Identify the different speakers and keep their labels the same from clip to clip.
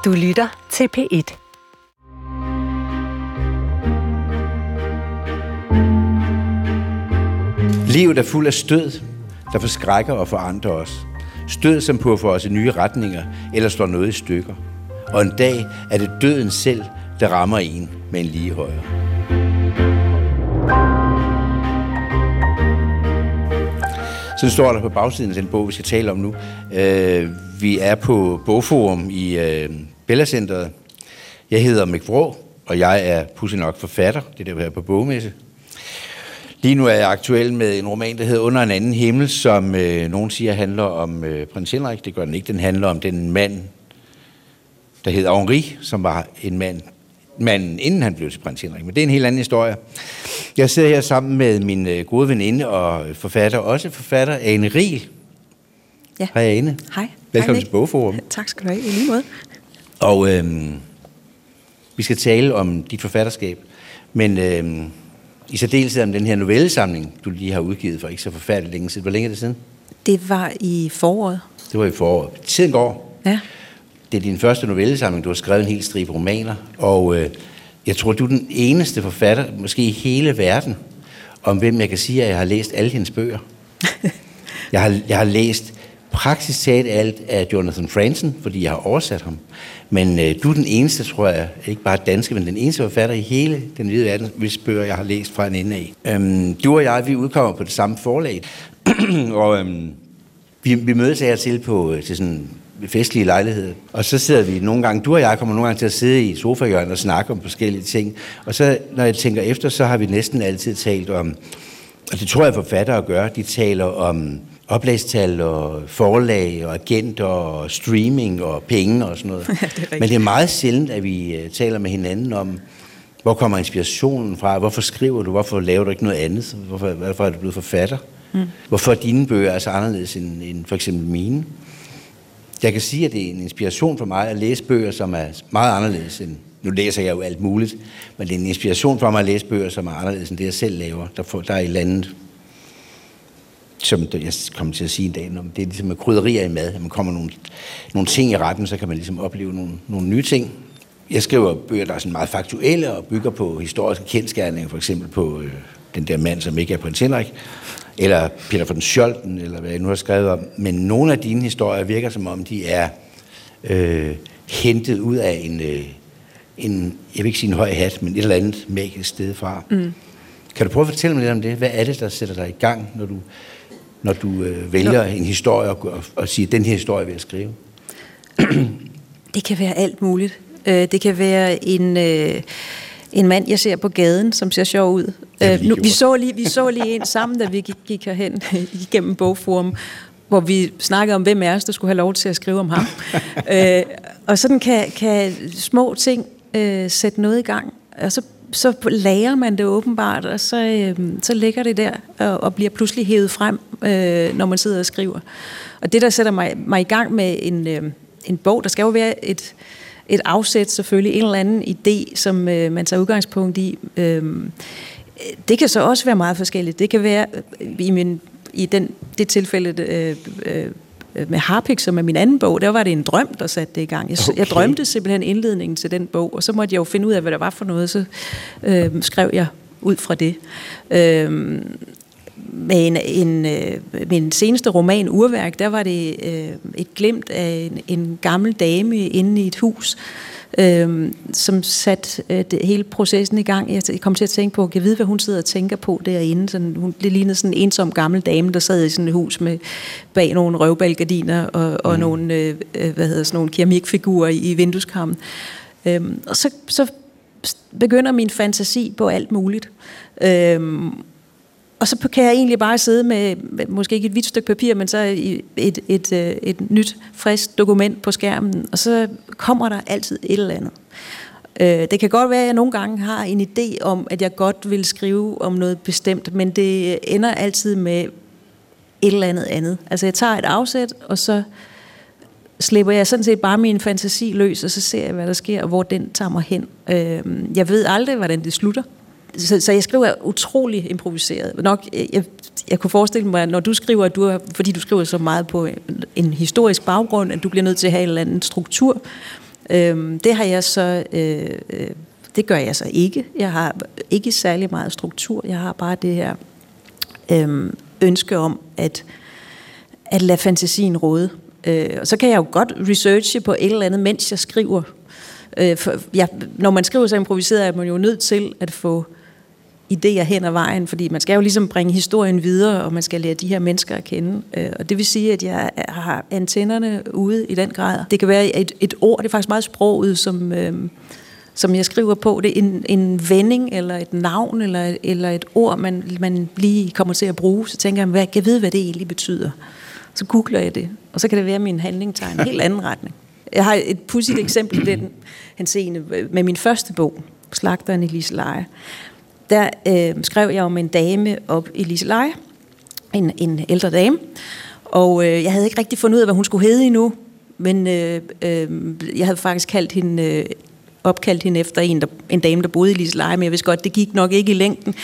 Speaker 1: Du lytter til P1.
Speaker 2: Livet er fuld af stød, der forskrækker og forandrer os. Stød, som puffer os i nye retninger, eller slår noget i stykker. Og en dag er det døden selv, der rammer en med en lige højre. Så står der på bagsiden af den bog, vi skal tale om nu. Vi er på Bogforum i Bella Centeret. Jeg hedder Mick Vrå, og jeg er pudsigt nok forfatter. Det er der, her på bogmesse. Lige nu er jeg aktuel med en roman, der hedder Under en anden himmel, som nogen siger handler om prins Henrik. Det gør den ikke. Den handler om den mand, der hedder Henri, som var en manden inden han blev til prins Henrik. Men det er en helt anden historie. Jeg sidder her sammen med min gode veninde og også forfatter, Ane Riel.
Speaker 3: Ja.
Speaker 2: Hej Ane.
Speaker 3: Hej.
Speaker 2: Velkommen til Bogforum.
Speaker 3: Tak skal du have, i lige måde.
Speaker 2: Og vi skal tale om dit forfatterskab, men i særdeleshed om den her novellesamling, du lige har udgivet for ikke så forfærdeligt længe siden. Hvor længe er det siden?
Speaker 3: Det var i foråret.
Speaker 2: Det var i foråret. Tiden går.
Speaker 3: Ja.
Speaker 2: Det er din første novellesamling. Du har skrevet en hel stribe romaner, og jeg tror, du er den eneste forfatter, måske i hele verden, om hvem jeg kan sige, at jeg har læst alle hendes bøger. Jeg har læst praktisk talt alt af Jonathan Franzen, fordi jeg har oversat ham. Men du er den eneste, tror jeg, ikke bare danske, men den eneste forfatter i hele den hvide verden, hvis bøger, jeg har læst fra en ende af. Du og jeg, vi udkommer på det samme forlag, og vi mødes af og til til sådan festlige lejligheder. Og så sidder vi nogle gange, du og jeg kommer nogle gange til at sidde i sofahjørnet og snakke om forskellige ting. Og så, når jeg tænker efter, så har vi næsten altid talt om, og det tror jeg forfattere gør, de taler om oplagstal og forlag og agenter og streaming og penge og sådan noget. Men det er meget sjældent, at vi taler med hinanden om, hvor kommer inspirationen fra, hvorfor skriver du, hvorfor laver du ikke noget andet, hvorfor er du blevet forfatter, hvorfor dine bøger er så anderledes end for eksempel mine. Jeg kan sige, at det er en inspiration for mig at læse bøger, som er meget anderledes end, nu læser jeg jo alt muligt, men det er en inspiration for mig at læse bøger, som er anderledes end det, jeg selv laver. Der er et eller andet, som jeg kommer til at sige en dag, det er ligesom med krydderier i mad. At man kommer nogle ting i retten, så kan man ligesom opleve nogle nye ting. Jeg skriver bøger, der er sådan meget faktuelle og bygger på historiske kendsgerninger, for eksempel på den der mand, som ikke er prins Henrik, eller Peter von Scholten, eller hvad jeg nu har skrevet om. Men nogle af dine historier virker som om, de er hentet ud af en, jeg vil ikke sige en høj hat, men et eller andet magisk sted fra. Kan du prøve at fortælle mig lidt om det? Hvad er det, der sætter dig i gang, når du vælger en historie og siger, den her historie vil jeg skrive?
Speaker 3: Det kan være alt muligt. Det kan være en mand, jeg ser på gaden, som ser sjov ud. Vi så lige en sammen, da vi gik herhen igennem Bogforum, hvor vi snakkede om, hvem af os, der skulle have lov til at skrive om ham. Og sådan kan små ting sætte noget i gang. Og så lærer man det åbenbart, og så ligger det der og bliver pludselig hævet frem, når man sidder og skriver. Og det, der sætter mig i gang med en bog, der skal jo være et afsæt, selvfølgelig, en eller anden idé, som man tager udgangspunkt i. Det kan så også være meget forskelligt. Det kan være, i det tilfælde med Harpic, som er min anden bog, der var det en drøm, der satte det i gang. Jeg drømte simpelthen indledningen til den bog, og så måtte jeg jo finde ud af, hvad der var for noget, så skrev jeg ud fra det. Med min seneste roman, Urværk, der var det et glimt af en gammel dame inde i et hus, som satte hele processen i gang. Jeg kom til at tænke på, kan jeg vide, hvad hun sidder og tænker på derinde. Det lignede sådan en ensom gammel dame, der sad i sådan et hus bag nogle røvbalgardiner og nogle, sådan nogle keramikfigurer i vindueskarmen. Og så begynder min fantasi på alt muligt. Og så kan jeg egentlig bare sidde med måske ikke et hvidt stykke papir, men så et nyt, frisk dokument på skærmen, og så kommer der altid et eller andet. Det kan godt være, at jeg nogle gange har en idé om, at jeg godt vil skrive om noget bestemt, men det ender altid med et eller andet. Altså jeg tager et afsæt, og så slipper jeg sådan set bare min fantasi løs, og så ser jeg, hvad der sker, og hvor den tager mig hen. Jeg ved aldrig, hvordan det slutter. Så jeg skriver utrolig improviseret. Nok, jeg kunne forestille mig, at når du skriver, fordi du skriver så meget på en historisk baggrund, at du bliver nødt til at have en eller anden struktur. Det har jeg så... Det gør jeg så ikke. Jeg har ikke særlig meget struktur. Jeg har bare det her ønske om at lade fantasien råde. Og så kan jeg jo godt researche på et eller andet, mens jeg skriver. Når man skriver så improviseret, er man jo nødt til at få idéer hen ad vejen, fordi man skal jo ligesom bringe historien videre, og man skal lære de her mennesker at kende. Og det vil sige, at jeg har antennerne ude i den grad. Det kan være et ord, det er faktisk meget sproget, som jeg skriver på. Det er en vending, eller et navn, eller et ord, man lige kommer til at bruge. Så tænker jeg, jeg ved, hvad det egentlig betyder. Så googler jeg det, og så kan det være, at min handling tager en helt anden retning. Jeg har et pudsigt eksempel i den henseende med min første bog, Slagteren i Liseleje. Der skrev jeg om en dame op i Liseleje, en ældre dame, og jeg havde ikke rigtig fundet ud af, hvad hun skulle hedde endnu, men jeg havde faktisk opkaldt hende efter en dame, der boede i Liseleje, men jeg vidste godt, det gik nok ikke i længden.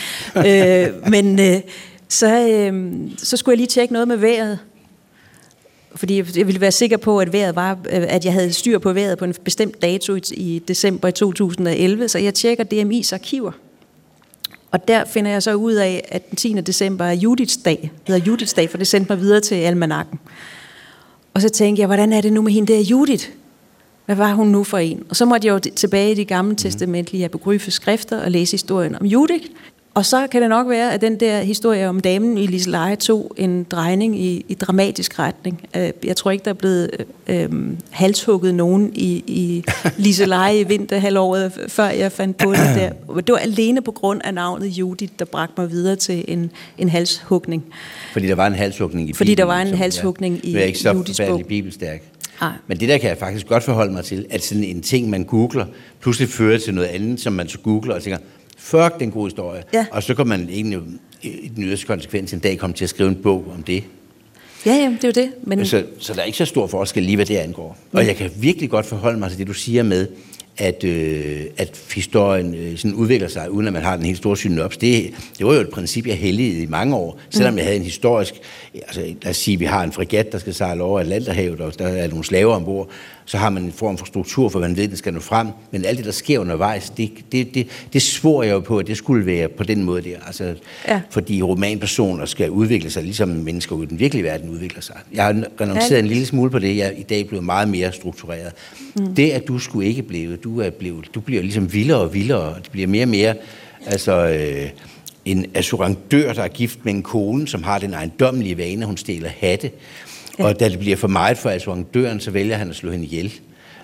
Speaker 3: Så skulle jeg lige tjekke noget med vejret, fordi jeg ville være sikker på, at at jeg havde styr på vejret på en bestemt dato i december 2011, så jeg tjekker DMI's arkiver. Og der finder jeg så ud af, at den 10. december er Judiths dag, for det sendte mig videre til almanakken. Og så tænkte jeg, hvordan er det nu med hende der Judith? Hvad var hun nu for en? Og så måtte jeg jo tilbage i de gamle testamentlige apokryfe skrifter og læse historien om Judith. Og så kan det nok være, at den der historie om damen i Liseleje tog en drejning i dramatisk retning. Jeg tror ikke, der er blevet halshugget nogen i Liseleje i vinterhalvåret, før jeg fandt på det der. Det var alene på grund af navnet Judith, der bragte mig videre til en halshugning.
Speaker 2: Fordi der var en halshugning i Bibelen.
Speaker 3: Fordi der var en halshugning i Judiths bog. Det er ikke så forfærdeligt bibelstærk.
Speaker 2: Men det der kan jeg faktisk godt forholde mig til, at sådan en ting, man googler, pludselig fører til noget andet, som man så googler og tænker, fuck, den gode historie. Ja. Og så kan man egentlig i den yderste konsekvens en dag komme til at skrive en bog om det.
Speaker 3: Ja, det er jo det. Men...
Speaker 2: Så der er ikke så stor forskel lige, hvad det angår. Og jeg kan virkelig godt forholde mig til det, du siger med, at historien sådan udvikler sig, uden at man har den helt store synops. Det var jo et princip, jeg helligede i mange år. Selvom jeg havde en historisk... Altså, lad os sige, vi har en fregat, der skal sejle over Atlanterhavet, og der er nogle slaver ombord. Så har man en form for struktur, for man ved, at den skal nå frem. Men alt det, der sker undervejs, det svor jeg jo på, at det skulle være på den måde der. Altså, fordi romanpersoner skal udvikle sig, ligesom mennesker ude i den virkelige verden udvikler sig. Jeg har renonceret en lille smule på det. Jeg er i dag blevet meget mere struktureret. Det, at du skulle ikke blive, du bliver ligesom vildere og vildere, og det bliver mere og mere, altså en assurandør, der er gift med en kone, som har den ejendommelige vane, hun stjæler hatte. Ja. Og da det bliver for meget for assurandøren, så vælger han at slå hende ihjel.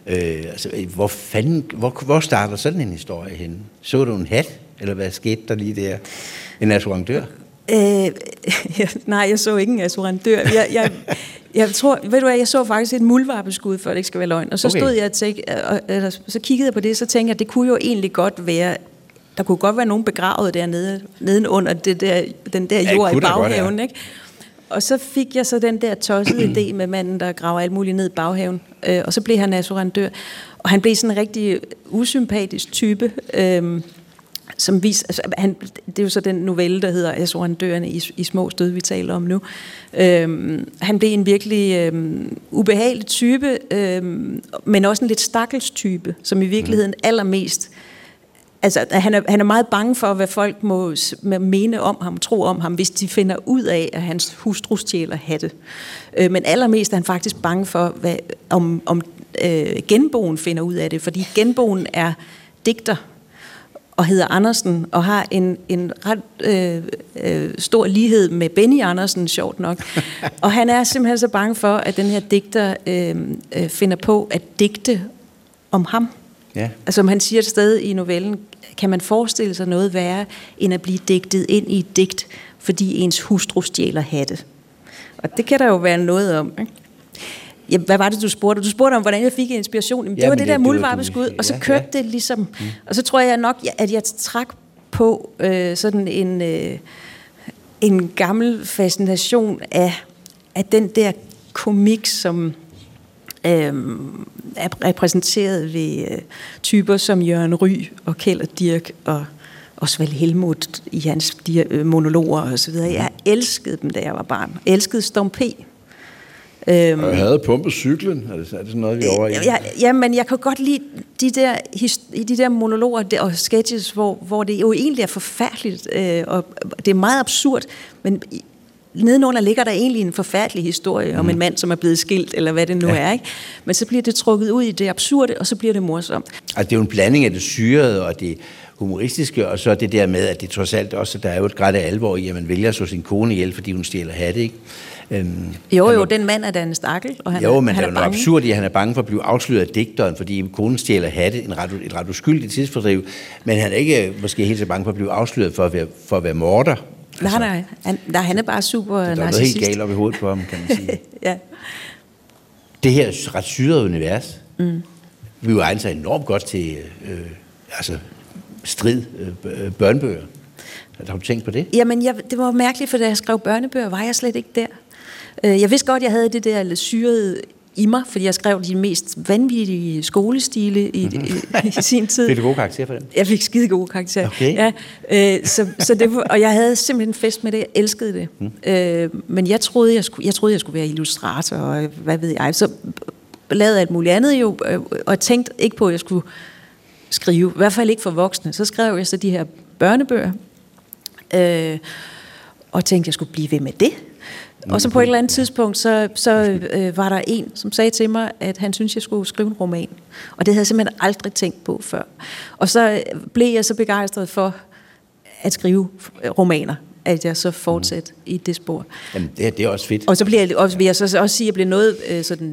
Speaker 2: Hvor starter sådan en historie henne? Så du en hat, eller hvad skete der lige der? En assurandør?
Speaker 3: Nej, jeg så ikke en assurandør. Jeg tror, ved du hvad, jeg så faktisk et muldvarpeskud, for det ikke skal være løgn. Og så stod jeg og tænkte, så kiggede jeg på det, så tænkte jeg, at det kunne jo egentlig godt være, der kunne godt være nogen begravet dernede, nedenunder den der jord i baghaven, godt, ikke? Og så fik jeg så den der tossede idé med manden, der graver alt muligt ned i baghaven. Og så blev han assurandør. Og han blev sådan en rigtig usympatisk type, som det er jo så den novelle, der hedder Assurandørerne i små stød, vi taler om nu. Han blev en virkelig ubehagelig type, men også en lidt stakkels type, som i virkeligheden allermest... Altså, han er meget bange for, hvad folk må mene om ham, tro om ham, hvis de finder ud af, at hans hustru stjæler hatte. Men allermest er han faktisk bange for, om genboen finder ud af det, fordi genboen er digter og hedder Andersen, og har en ret stor lighed med Benny Andersen, sjovt nok. Og han er simpelthen så bange for, at den her digter finder på at digte om ham. Ja. Altså, som han siger et sted i novellen, kan man forestille sig noget værre, end at blive digtet ind i et digt, fordi ens hustru stjæler hatte. Og det kan der jo være noget om, ikke? Ja, hvad var det, du spurgte? Du spurgte om, hvordan jeg fik inspiration. Jamen, det var det der muldvarpeskud, og så kørte det ligesom. Og så tror jeg nok, at jeg trak på sådan en gammel fascination af den der komik, som er repræsenteret ved typer som Jørgen Ry og Kjeld og Dirch og Osvald Helmuth i hans monologer og så videre. Jeg elskede dem, da jeg var barn. Jeg elskede Storm P.
Speaker 1: Og jeg havde pumpet cyklen. Er det sådan noget, vi er over i?
Speaker 3: Ja, men jeg kan godt lide de der monologer og sketches, hvor det jo egentlig er forfærdeligt, og det er meget absurd, men nedenunder ligger der egentlig en forfærdelig historie om en mand, som er blevet skilt, eller hvad det nu er, ikke? Men så bliver det trukket ud i det absurde, og så bliver det morsomt.
Speaker 2: Altså, det er jo en blanding af det syrede og det humoristiske, og så det der med, at det trods alt også, der er jo et grad af alvor i, at man vælger at slå sin kone ihjel, fordi hun stjæler hatte, ikke?
Speaker 3: Den mand er da en stakkel, og han
Speaker 2: men
Speaker 3: han
Speaker 2: det er jo noget absurd i, at han er bange for at blive afsløret af digteren, fordi konen stjæler hatte, et ret uskyldigt tidsfordriv, men han er ikke måske helt så bange for at blive afsløret for at være morder.
Speaker 3: Altså, nej, han er bare super narcissist.
Speaker 2: Der er noget helt galt op i hovedet på ham, kan man sige.
Speaker 3: Ja.
Speaker 2: Det her ret syrede univers, vi jo egner sig enormt godt til strid, børnebøger. Har du tænkt på det?
Speaker 3: Jamen, det var mærkeligt, for da jeg skrev børnebøger, var jeg slet ikke der. Jeg vidste godt, jeg havde det der lidt syrede i mig, fordi jeg skrev de mest vanvittige skolestile i sin tid.
Speaker 2: Fik du gode karakterer for dem?
Speaker 3: Jeg fik skide gode karakterer.
Speaker 2: Okay.
Speaker 3: Ja, så det var, og jeg havde simpelthen fest med det. Jeg elskede det. Men jeg troede, jeg skulle være illustrator, og hvad ved jeg. Så lavede jeg alt muligt andet jo, og jeg tænkte ikke på, at jeg skulle skrive. I hvert fald ikke for voksne. Så skrev jeg så de her børnebøger, og tænkte, at jeg skulle blive ved med det. Og så på et eller andet tidspunkt, så var der en, som sagde til mig, at han syntes, jeg skulle skrive en roman. Og det havde jeg simpelthen aldrig tænkt på før. Og så blev jeg så begejstret for at skrive romaner, at jeg så fortsatte i det spor.
Speaker 2: Jamen, det er også fedt.
Speaker 3: Og så vil jeg så også sige, at jeg blev noget sådan...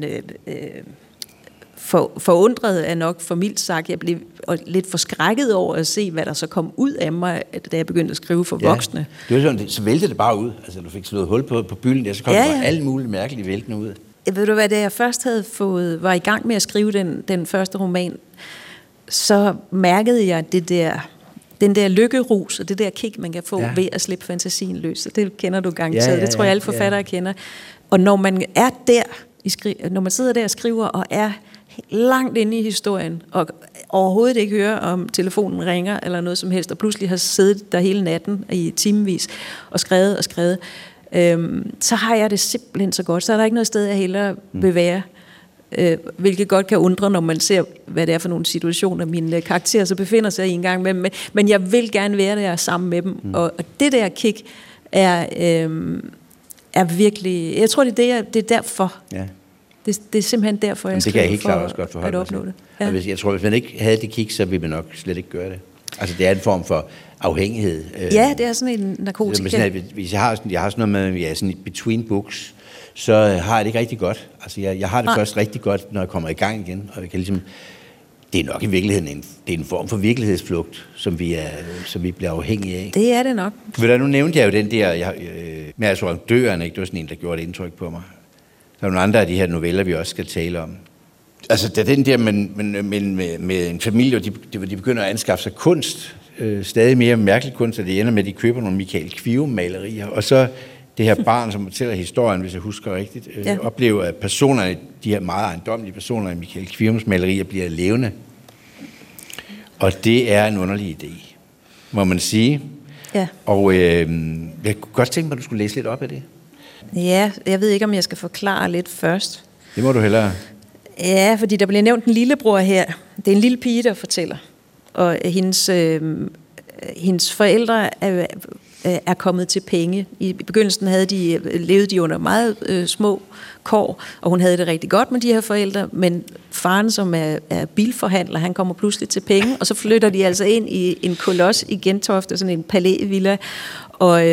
Speaker 3: forundret er nok for mildt sagt. Jeg blev lidt forskrækket over at se, hvad der så kom ud af mig, da jeg begyndte at skrive for voksne.
Speaker 2: Det var sådan, så væltede det bare ud. Altså, du fik slået hul på bylden der, så kom der alt muligt mærkeligt væltende ud.
Speaker 3: Ved du hvad, da jeg først var i gang med at skrive den første roman, så mærkede jeg den der lykkerus og det der kick, man kan få ved at slippe fantasien løs. Det kender du garanteret. Det tror jeg alle forfattere kender. Og når man er der, når man sidder der og skriver og er langt inde i historien, og overhovedet ikke hører, om telefonen ringer, eller noget som helst, og pludselig har siddet der hele natten i timevis, og skrevet, så har jeg det simpelthen så godt. Så er der ikke noget sted, jeg hellere vil være, hvilket godt kan undre, når man ser, hvad det er for nogle situationer, mine karakterer så befinder sig i en gang med. Men jeg vil gerne være der sammen med dem, og det der kick er virkelig... Jeg tror, det er derfor. Ja. Det er simpelthen derfor, jeg skriver,
Speaker 2: helt klart også godt forholde
Speaker 3: at opnå det.
Speaker 2: Ja. Jeg tror, hvis man ikke havde det kick, så ville man nok slet ikke gøre det. Altså, det er en form for afhængighed.
Speaker 3: Ja, det er sådan en narkotika.
Speaker 2: Hvis jeg har sådan noget med, at jeg er sådan between books, så har jeg det ikke rigtig godt. Altså, jeg har det først rigtig godt, når jeg kommer i gang igen, og jeg kan ligesom... Det er nok i virkeligheden en form for virkelighedsflugt, som vi bliver afhængige af.
Speaker 3: Det er det nok.
Speaker 2: Nu nævnte jeg jo den der med assurandøren, ikke? Det var sådan en, der gjorde et indtryk på mig. Der er nogle andre af de her noveller, vi også skal tale om. Altså, da den der med en familie, de begynder at anskaffe sig kunst, stadig mere mærkelig kunst, og det ender med, at de køber nogle Michael Kvium-malerier, og så det her barn, som fortæller historien, hvis jeg husker rigtigt, oplever, at personerne, de her meget ejendommelige personer i Michael Kviums malerier, bliver levende. Og det er en underlig idé, må man sige. Ja. Og jeg kunne godt tænke mig, at du skulle læse lidt op af det.
Speaker 3: Ja, jeg ved ikke, om jeg skal forklare lidt først.
Speaker 2: Det må du hellere.
Speaker 3: Ja, fordi der bliver nævnt en lillebror her. Det er en lille pige, der fortæller. Og hendes forældre er kommet til penge. I begyndelsen levede de under meget små kår, og hun havde det rigtig godt med de her forældre, men faren, som er bilforhandler, han kommer pludselig til penge, og så flytter de altså ind i en koloss i Gentofte, sådan en palævilla, og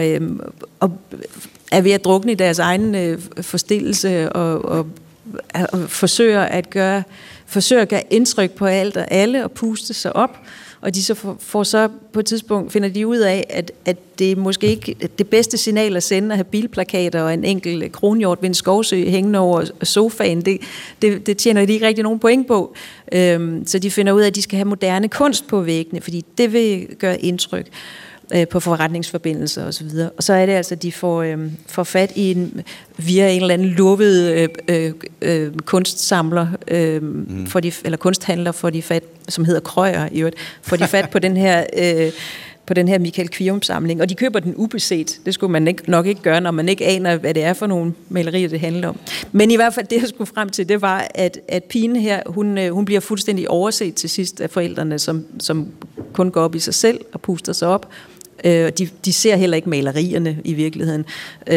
Speaker 3: er ved at drukne i deres egen forstillelse, og forsøger at gøre indtryk på alt og alle, og puste sig op. Og de så får så på et tidspunkt, finder de ud af, at det er måske ikke det bedste signal at sende at have bilplakater og en enkelt kronhjort ved en skovsø hængende over sofaen. Det tjener de ikke rigtig nogen point på. Så de finder ud af, at de skal have moderne kunst på væggene, fordi det vil gøre indtryk på forretningsforbindelser osv. Og så er det altså, at de får fat i via en eller anden lukket kunstsamler, eller kunsthandler, får de fat, som hedder Krøyer i øvrigt, får de fat på den her på den her Michael Kvium-samling, og de køber den ubeset. Det skulle man nok ikke gøre, når man ikke aner, hvad det er for nogle malerier, det handler om. Men i hvert fald det, jeg skulle frem til, det var, at pigen her, hun bliver fuldstændig overset til sidst af forældrene, som kun går op i sig selv og puster sig op. De ser heller ikke malerierne i virkeligheden.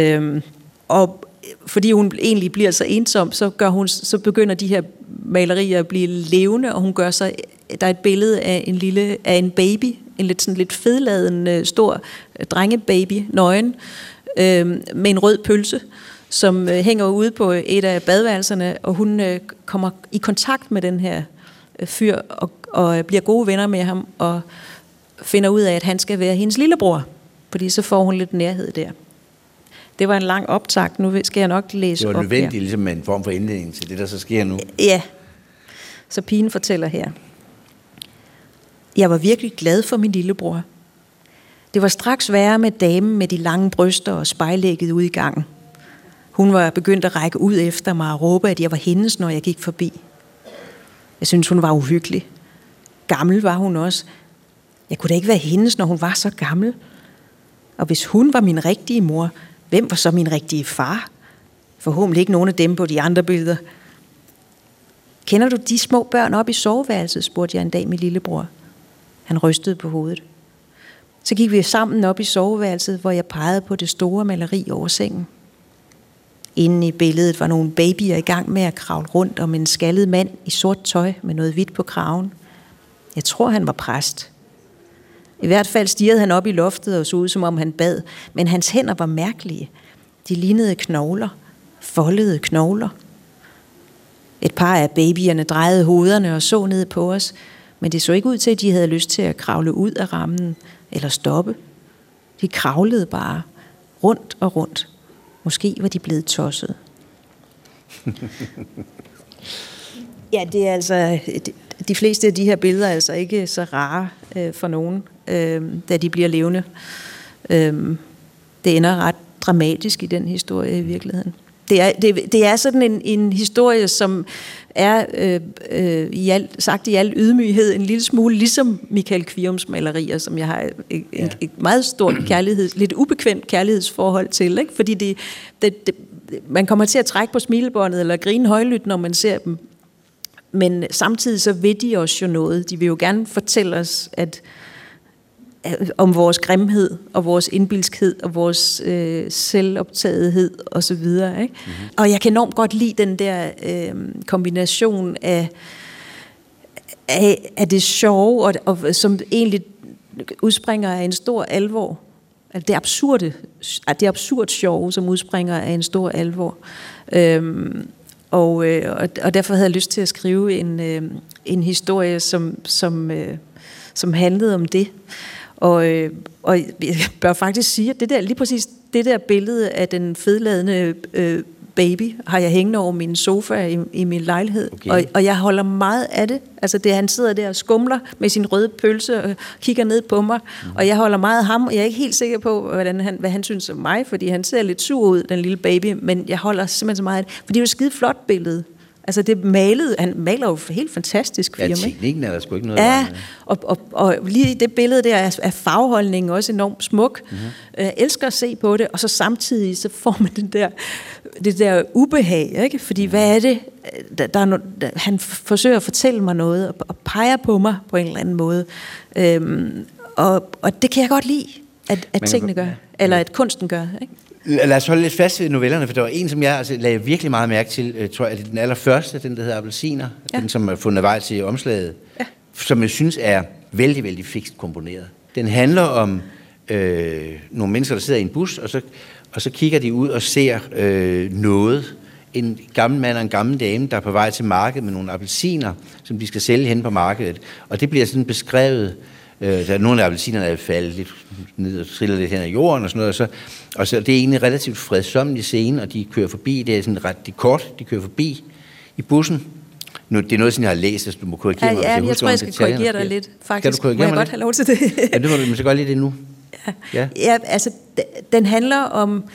Speaker 3: Og fordi hun egentlig bliver så ensom, så begynder de her malerier at blive levende, og hun gør så, der er et billede af en baby, en lidt fedladen stor drengebaby, nøgen, med en rød pølse, som hænger ude på et af badeværelserne, og hun kommer i kontakt med den her fyr, og bliver gode venner med ham, og finder ud af, at han skal være hendes lillebror, fordi så får hun lidt nærhed der. Det var en lang optakt. Nu skal jeg nok læse op.
Speaker 2: Det var nødvendigt, ligesom med en form for indledning til det, der så sker nu.
Speaker 3: Ja. Så pigen fortæller her. Jeg var virkelig glad for min lillebror. Det var straks værre med damen med de lange bryster og spejlægget ude i gangen. Hun var begyndt at række ud efter mig og råbe, at jeg var hendes, når jeg gik forbi. Jeg synes, hun var uhyggelig. Gammel var hun også. Jeg kunne da ikke være hendes, når hun var så gammel. Og hvis hun var min rigtige mor, hvem var så min rigtige far? Forhåbentlig ikke nogen af dem på de andre billeder. Kender du de små børn op i soveværelset, spurgte jeg en dag min lillebror. Han rystede på hovedet. Så gik vi sammen op i soveværelset, hvor jeg pegede på det store maleri over sengen. Inde i billedet var nogle babyer i gang med at kravle rundt om en skaldet mand i sort tøj med noget hvidt på kraven. Jeg tror, han var præst. I hvert fald stirrede han op i loftet og så ud, som om han bad, men hans hænder var mærkelige. De lignede knogler, foldede knogler. Et par af babyerne drejede hovederne og så ned på os, men det så ikke ud til, at de havde lyst til at kravle ud af rammen eller stoppe. De kravlede bare rundt og rundt. Måske var de blevet tosset. Ja, det er altså... De fleste af de her billeder er altså ikke så rare for nogen, da de bliver levende. Det ender ret dramatisk i den historie i virkeligheden. Det er sådan en historie, som er sagt i al ydmyghed en lille smule ligesom Michael Kviums malerier, som jeg har et meget stort lidt ubekvemt kærlighedsforhold til, ikke? Fordi man kommer til at trække på smilebåndet eller grine højlydt, når man ser dem. Men samtidig så vil de os jo noget. De vil jo gerne fortælle os om vores grimhed og vores indbilskhed og vores selvoptagethed og så videre, ikke? Mm-hmm. Og jeg kan enormt godt lide den der kombination af det sjove og som egentlig udspringer af en stor alvor. Altså det absurd sjove, som udspringer af en stor alvor. Og derfor havde jeg lyst til at skrive en historie, som handlede om det. Og jeg bør faktisk sige, at lige præcis det der billede af den fedladende baby har jeg hængende over min sofa i min lejlighed. Okay. Og jeg holder meget af det. Altså han sidder der og skumler med sin røde pølse og kigger ned på mig. Mm. Og jeg holder meget af ham, og jeg er ikke helt sikker på, hvad han synes om mig, fordi han ser lidt sur ud, den lille baby, men jeg holder simpelthen så meget af det. For det er jo et skide flot billede. Altså det malede, han maler jo helt fantastisk.
Speaker 2: Ja, teknikken er der sgu ikke noget.
Speaker 3: Ja, og lige det billede der er farveholdningen også enormt smuk. Mm-hmm. Jeg elsker at se på det, og så samtidig så får man det der ubehag, ikke? Fordi hvad er det? Han forsøger at fortælle mig noget, og peger på mig på en eller anden måde. Og det kan jeg godt lide, at tingene gør, eller at kunsten gør, ikke?
Speaker 2: Lad os holde lidt fast ved novellerne, for der var en, som jeg lagde virkelig meget mærke til, tror jeg, den allerførste, den der hedder Appelsiner, ja. Den som er fundet vej til omslaget, ja. Som jeg synes er vældig, vældig fikst komponeret. Den handler om nogle mennesker, der sidder i en bus, og så kigger de ud og ser noget. En gammel mand og en gammel dame, der er på vej til markedet med nogle appelsiner, som de skal sælge hen på markedet. Og det bliver sådan beskrevet. Der er nogle af appelsinerne, der er faldet lidt ned og triller lidt hen ad jorden og sådan noget. Og så det er egentlig relativt fredsomlig scene, og de kører forbi. Det er sådan ret kort. De kører forbi i bussen. Nu, det er noget, som jeg har læst, så du må korrigere mig.
Speaker 3: Ja, jeg tror, jeg skal korrigere dig lidt, faktisk.
Speaker 2: Kan du korrigere mig?
Speaker 3: Må jeg godt have lov til det?
Speaker 2: Ja, det må du så godt lige det nu.
Speaker 3: Ja, altså, den handler om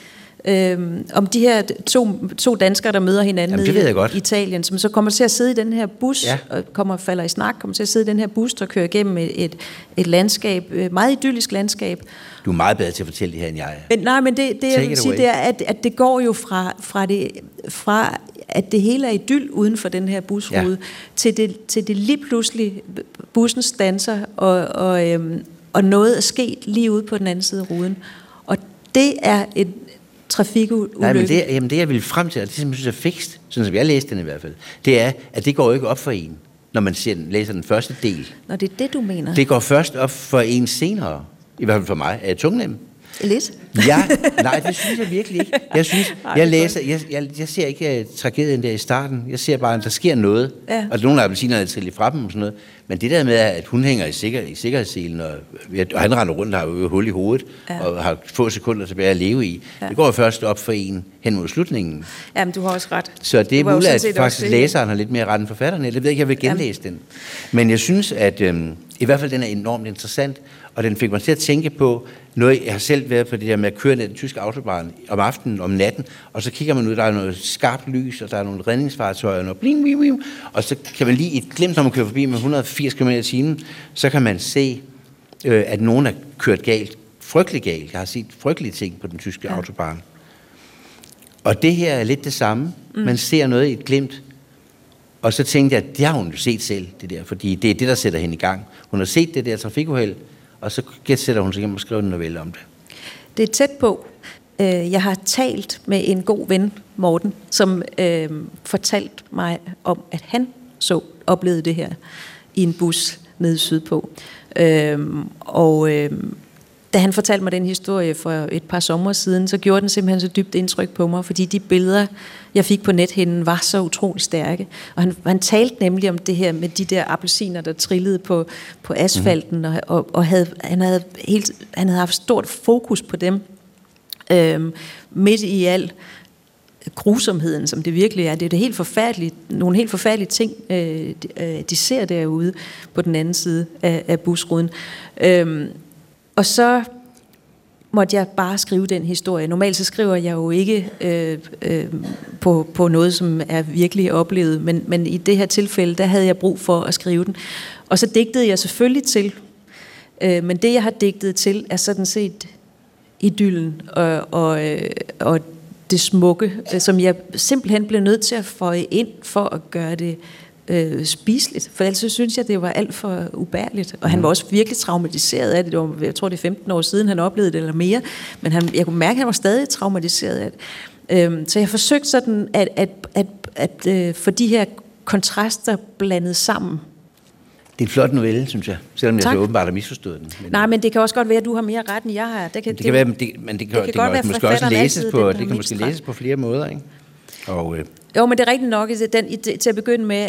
Speaker 3: Om de her to danskere, der møder hinanden
Speaker 2: i
Speaker 3: Italien, som så kommer til at sidde i den her bus, og falder i snak, kommer til at sidde i den her bus, der kører igennem et landskab, meget idyllisk landskab.
Speaker 2: Du er meget bedre til at fortælle det her, end jeg
Speaker 3: er. Men det jeg vil sige, det er, at det går jo fra at det hele er idyll uden for den her busrude, til det lige pludselig, bussen standser, og noget er sket lige ude på den anden side af ruden. Og det er en trafikulykke.
Speaker 2: Nej, men det jeg ville frem til, og det som jeg synes er fikst, sådan som jeg læste den i hvert fald, det er, at det går jo ikke op for en, når man læser den første del.
Speaker 3: Nå, det er det, du mener?
Speaker 2: Det går først op for en senere. I hvert fald for mig. Er jeg tungnem?
Speaker 3: Lidt?
Speaker 2: Ja, nej, det synes jeg virkelig ikke. Jeg synes, jeg ser ikke tragedien der i starten. Jeg ser bare, at der sker noget. Ja. Og nogle af appelsinerne er trillet fra dem og sådan noget. Men det der med, at hun hænger i sikkerhedsselen, og han render rundt og har jo hul i hovedet, og har få sekunder tilbage at leve i, det går først op for en hen mod slutningen.
Speaker 3: Jamen, du har også ret.
Speaker 2: Så det er muligt, at faktisk læseren har lidt mere ret end forfatterne. Det ved jeg ikke, jeg vil genlæse den. Men jeg synes, at i hvert fald den er enormt interessant, og den fik mig til at tænke på noget, jeg har selv været på det der med at køre ned den tyske autobahn om aftenen, om natten, og så kigger man ud, der er noget skarpt lys, og der er nogle redningsfartøjer, og bling, bling, bling, og så kan man lige i et glimt, når man kører forbi med 180 km/t, så kan man se, at nogen er kørt galt, frygtelig galt. Jeg har set frygtelige ting på den tyske autobahn. Og det her er lidt det samme. Man ser noget i et glimt, og så tænkte jeg, at det har hun jo set selv, det der, fordi det er det, der sætter hende i gang. Hun har set det der trafikuheld, og så sætter hun sig hjem og skriver en novelle om det.
Speaker 3: Det er tæt på. Jeg har talt med en god ven, Morten, som fortalte mig om, at han oplevede det her i en bus nede sydpå. Da han fortalte mig den historie for et par sommer siden, så gjorde den simpelthen så dybt indtryk på mig, fordi de billeder, jeg fik på nethinden, var så utrolig stærke. Og han talte nemlig om det her med de der appelsiner, der trillede på asfalten, og han havde haft stort fokus på dem, midt i al grusomheden, som det virkelig er. Det er helt forfærdeligt, nogle helt forfærdelige ting, de ser derude på den anden side af busruden. Og så måtte jeg bare skrive den historie. Normalt så skriver jeg jo ikke på noget, som er virkelig oplevet, men i det her tilfælde, der havde jeg brug for at skrive den. Og så digtede jeg selvfølgelig til, men det jeg har digtet til, er sådan set idyllen og det smukke, som jeg simpelthen blev nødt til at føje ind for at gøre det spiseligt, for ellers synes jeg, det var alt for ubærligt, og han var også virkelig traumatiseret af det. Jeg tror, det er 15 år siden, han oplevede det, eller mere, men jeg kunne mærke, at han var stadig traumatiseret af det. Så jeg forsøgte sådan, at få de her kontraster blandet sammen.
Speaker 2: Det er en flot novelle, synes jeg, selvom jeg så åbenbart har misforstået den.
Speaker 3: Nej, men det kan også godt være, at du har mere ret, end jeg har. Det kan
Speaker 2: måske også læses på flere måder, ikke? Og
Speaker 3: jo, men det er rigtigt nok, til at begynde med,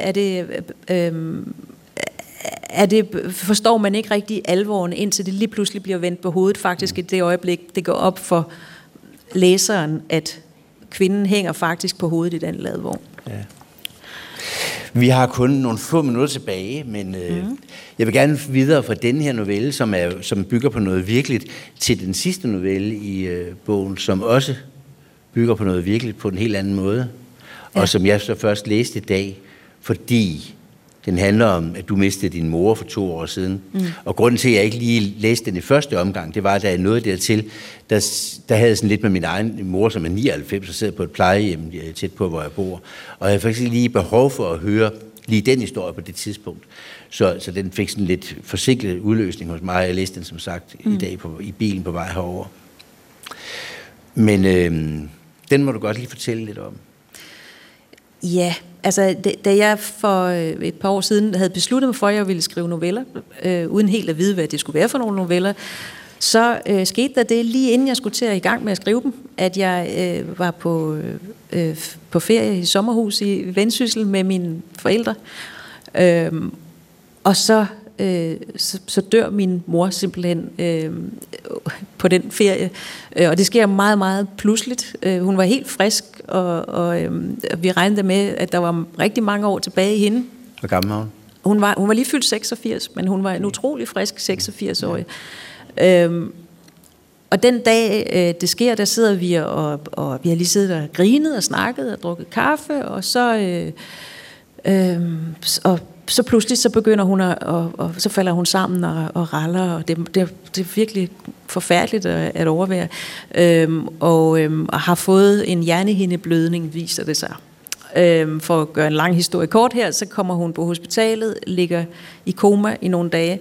Speaker 3: forstår man ikke rigtig alvoren, indtil det lige pludselig bliver vendt på hovedet, faktisk i det øjeblik, det går op for læseren, at kvinden hænger faktisk på hovedet i den ladvogn. Ja.
Speaker 2: Vi har kun nogle få minutter tilbage, men jeg vil gerne videre fra denne her novelle, som bygger på noget virkeligt, til den sidste novelle i bogen, som også bygger på noget virkeligt på en helt anden måde. Og som jeg så først læste i dag, fordi den handler om, at du mistede din mor for 2 år siden. Og grunden til, at jeg ikke lige læste den i første omgang, det var, at der er noget dertil, der havde sådan lidt med min egen mor, som er 99, og sidder på et plejehjem tæt på, hvor jeg bor. Og jeg havde faktisk lige behov for at høre lige den historie på det tidspunkt. Så den fik sådan lidt forsinket udløsning hos mig. Jeg læste den, som sagt, i dag i bilen på vej herover. Men den må du godt lige fortælle lidt om.
Speaker 3: Ja, altså da jeg for et par år siden havde besluttet mig for, at jeg ville skrive noveller, uden helt at vide, hvad det skulle være for nogle noveller, så skete der det lige inden jeg skulle til at i gang med at skrive dem, at jeg var på ferie i sommerhus i Vendsyssel med mine forældre, og så dør min mor simpelthen på den ferie. Og det sker meget, meget pludseligt. Hun var helt frisk, og vi regnede med, at der var rigtig mange år tilbage i hende.
Speaker 2: Hvor gammel var hun?
Speaker 3: Hun var lige fyldt 86, men hun var en utrolig frisk 86-årig. Og den dag, det sker, der sidder vi, og vi har lige siddet og grinet og snakket og drukket kaffe, og så pludselig så begynder hun og så falder hun sammen og raller, og det er virkelig forfærdeligt at overvære. Og har fået en hjernehindeblødning, viser det sig. For at gøre en lang historie kort her, så kommer hun på hospitalet, ligger i koma i nogle dage,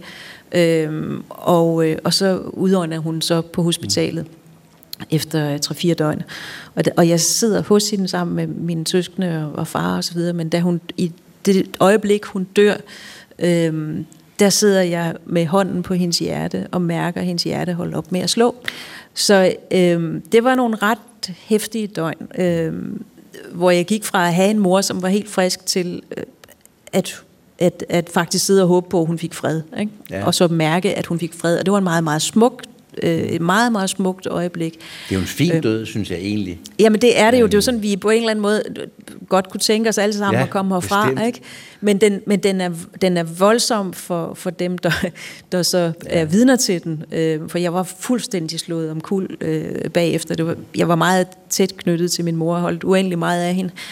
Speaker 3: og så udånder hun så på hospitalet efter 3-4 døgn. Og jeg sidder hos hende sammen med mine søskende og far og så videre, men da hun i det øjeblik, hun dør, der sidder jeg med hånden på hendes hjerte og mærker hendes hjerte holde op med at slå. Så det var nogle ret heftige døgn, hvor jeg gik fra at have en mor, som var helt frisk, til at faktisk sidde og håbe på, at hun fik fred. Ikke? Ja. Og så mærke, at hun fik fred. Og det var en meget, meget smuk et meget, meget smukt øjeblik. Det
Speaker 2: er jo en fin død, synes jeg egentlig.
Speaker 3: Jamen det er det jo. Det er jo sådan, vi på en eller anden måde godt kunne tænke os alle sammen at komme herfra. Ikke? Men den er voldsom for dem, der så er vidner til den. For jeg var fuldstændig slået omkuld bagefter. Jeg var meget tæt knyttet til min mor og holdt uendelig meget af hende.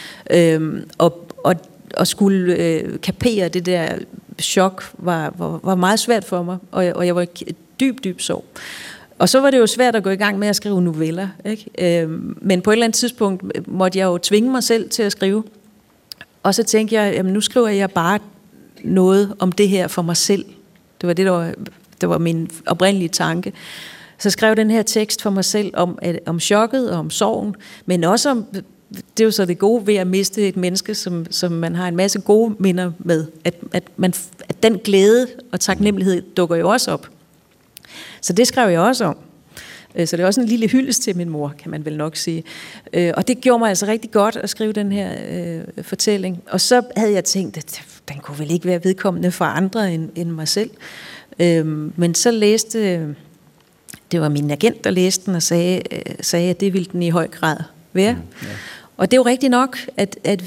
Speaker 3: Og skulle kapere det der chok var meget svært for mig. Og jeg var dyb sorg. Og så var det jo svært at gå i gang med at skrive noveller. Ikke? Men på et eller andet tidspunkt måtte jeg jo tvinge mig selv til at skrive. Og så tænkte jeg, jamen nu skriver jeg bare noget om det her for mig selv. Det var det, der var min oprindelige tanke. Så skrev den her tekst for mig selv om chokket og om sorgen, men også om, det er jo så det gode ved at miste et menneske, som man har en masse gode minder med. At den glæde og taknemmelighed dukker jo også op. Så det skrev jeg også om. Så det er også en lille hyldest til min mor, kan man vel nok sige. Og det gjorde mig altså rigtig godt at skrive den her fortælling. Og så havde jeg tænkt, at den kunne vel ikke være vedkommende for andre end mig selv. Men så læste, det var min agent, der læste den og sagde, at det ville den i høj grad være. Ja. Og det er jo rigtigt nok, at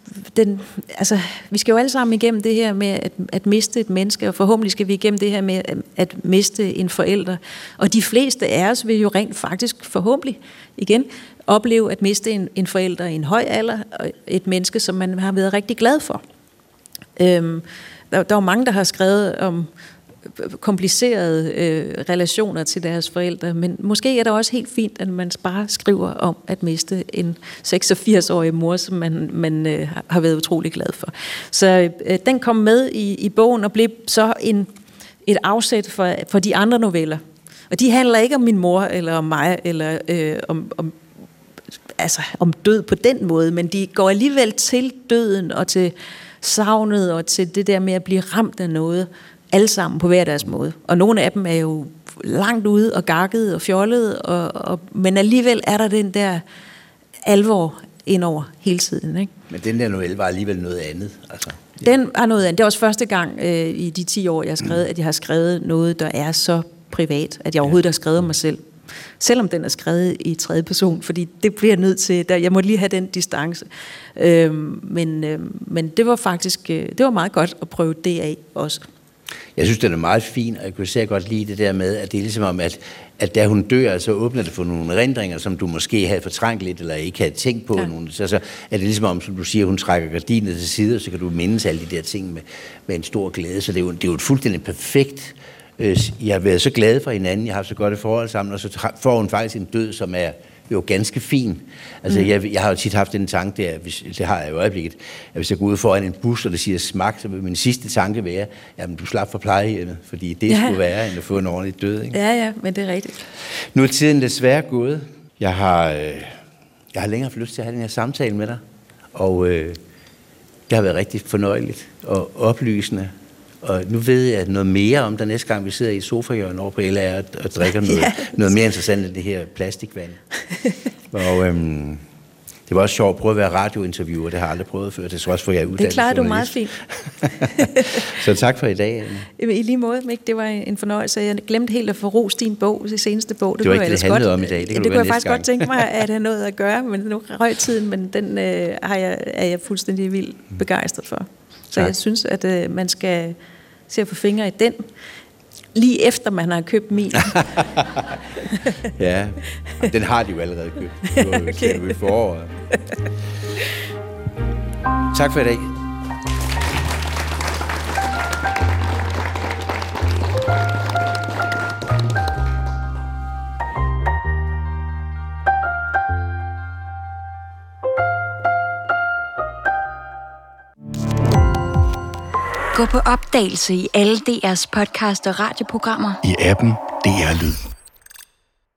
Speaker 3: vi skal jo alle sammen igennem det her med at miste et menneske, og forhåbentlig skal vi igennem det her med at miste en forælder. Og de fleste af os vil jo rent faktisk forhåbentlig igen opleve at miste en forælder i en høj alder, og et menneske, som man har været rigtig glad for. Der er mange, der har skrevet om komplicerede relationer til deres forældre, men måske er det også helt fint, at man bare skriver om at miste en 86-årig mor, som man har været utrolig glad for. Så den kom med i bogen og blev så et afsæt for de andre noveller. Og de handler ikke om min mor eller om mig eller om død på den måde, men de går alligevel til døden og til savnet og til det der med at blive ramt af noget, alle sammen på hver deres måde. Og nogle af dem er jo langt ude og gakket og fjollet, men alligevel er der den der alvor indover hele tiden. Ikke?
Speaker 2: Men den der novelle var alligevel noget andet. Altså.
Speaker 3: Den er noget andet. Det er også første gang i de 10 år, jeg har skrevet, at jeg har skrevet noget, der er så privat, at jeg overhovedet har skrevet om mig selv. Selvom den er skrevet i 3. person, fordi det bliver nødt til, jeg må lige have den distance. Men det var faktisk, det var meget godt at prøve det af også.
Speaker 2: Jeg synes, det er meget fint, og jeg kunne sehr godt lide det der med, at det er ligesom om, at da hun dør, så åbner det for nogle erindringer, som du måske havde fortrængt lidt, eller ikke havde tænkt på. Ja. Så er det ligesom om, som du siger, hun trækker gardinet til side, og så kan du mindes alle de der ting med en stor glæde. Så det er jo et fuldstændig perfekt. Jeg har været så glad for hinanden, jeg har haft så godt et forhold sammen, og så får hun faktisk en død, som er jo ganske fin. Altså, jeg har jo tit haft den tanke der, det har jeg i øjeblikket, at hvis jeg går ud foran en bus, og det siger smag, så vil min sidste tanke være, jamen du slap for plejehjemmet, fordi det skulle være, end at få en ordentlig død. Ikke?
Speaker 3: Ja, men det er rigtigt.
Speaker 2: Nu er tiden desværre gået. Jeg har længere haft lyst til at have den her samtale med dig, og det har været rigtig fornøjeligt og oplysende. Og nu ved jeg noget mere om dig næste gang, vi sidder i sofahjørnet over på LR og drikker noget mere interessant end det her plastikvand. Og det var også sjovt at prøve at være radiointerviewer, det har jeg aldrig prøvet før, det skal også få jer uddannet.
Speaker 3: Det klarer du meget fint.
Speaker 2: Så tak for i dag, Anne.
Speaker 3: I lige måde, Mik, det var en fornøjelse. Jeg glemte helt at få ros din bog, det seneste bog.
Speaker 2: Det var ikke det handlede om i dag.
Speaker 3: Det kunne jeg faktisk godt tænke mig at have noget at gøre, men nu røg tiden, men den er jeg fuldstændig vildt begejstret for. Så jeg synes, at man skal se at få fingre i den. lige efter man har købt min.
Speaker 2: Ja, den har de jo allerede købt. Det var i foråret. Tak for i dag.
Speaker 4: Gå på opdagelse i alle DR's podcast og radioprogrammer.
Speaker 5: I appen DR Lyd.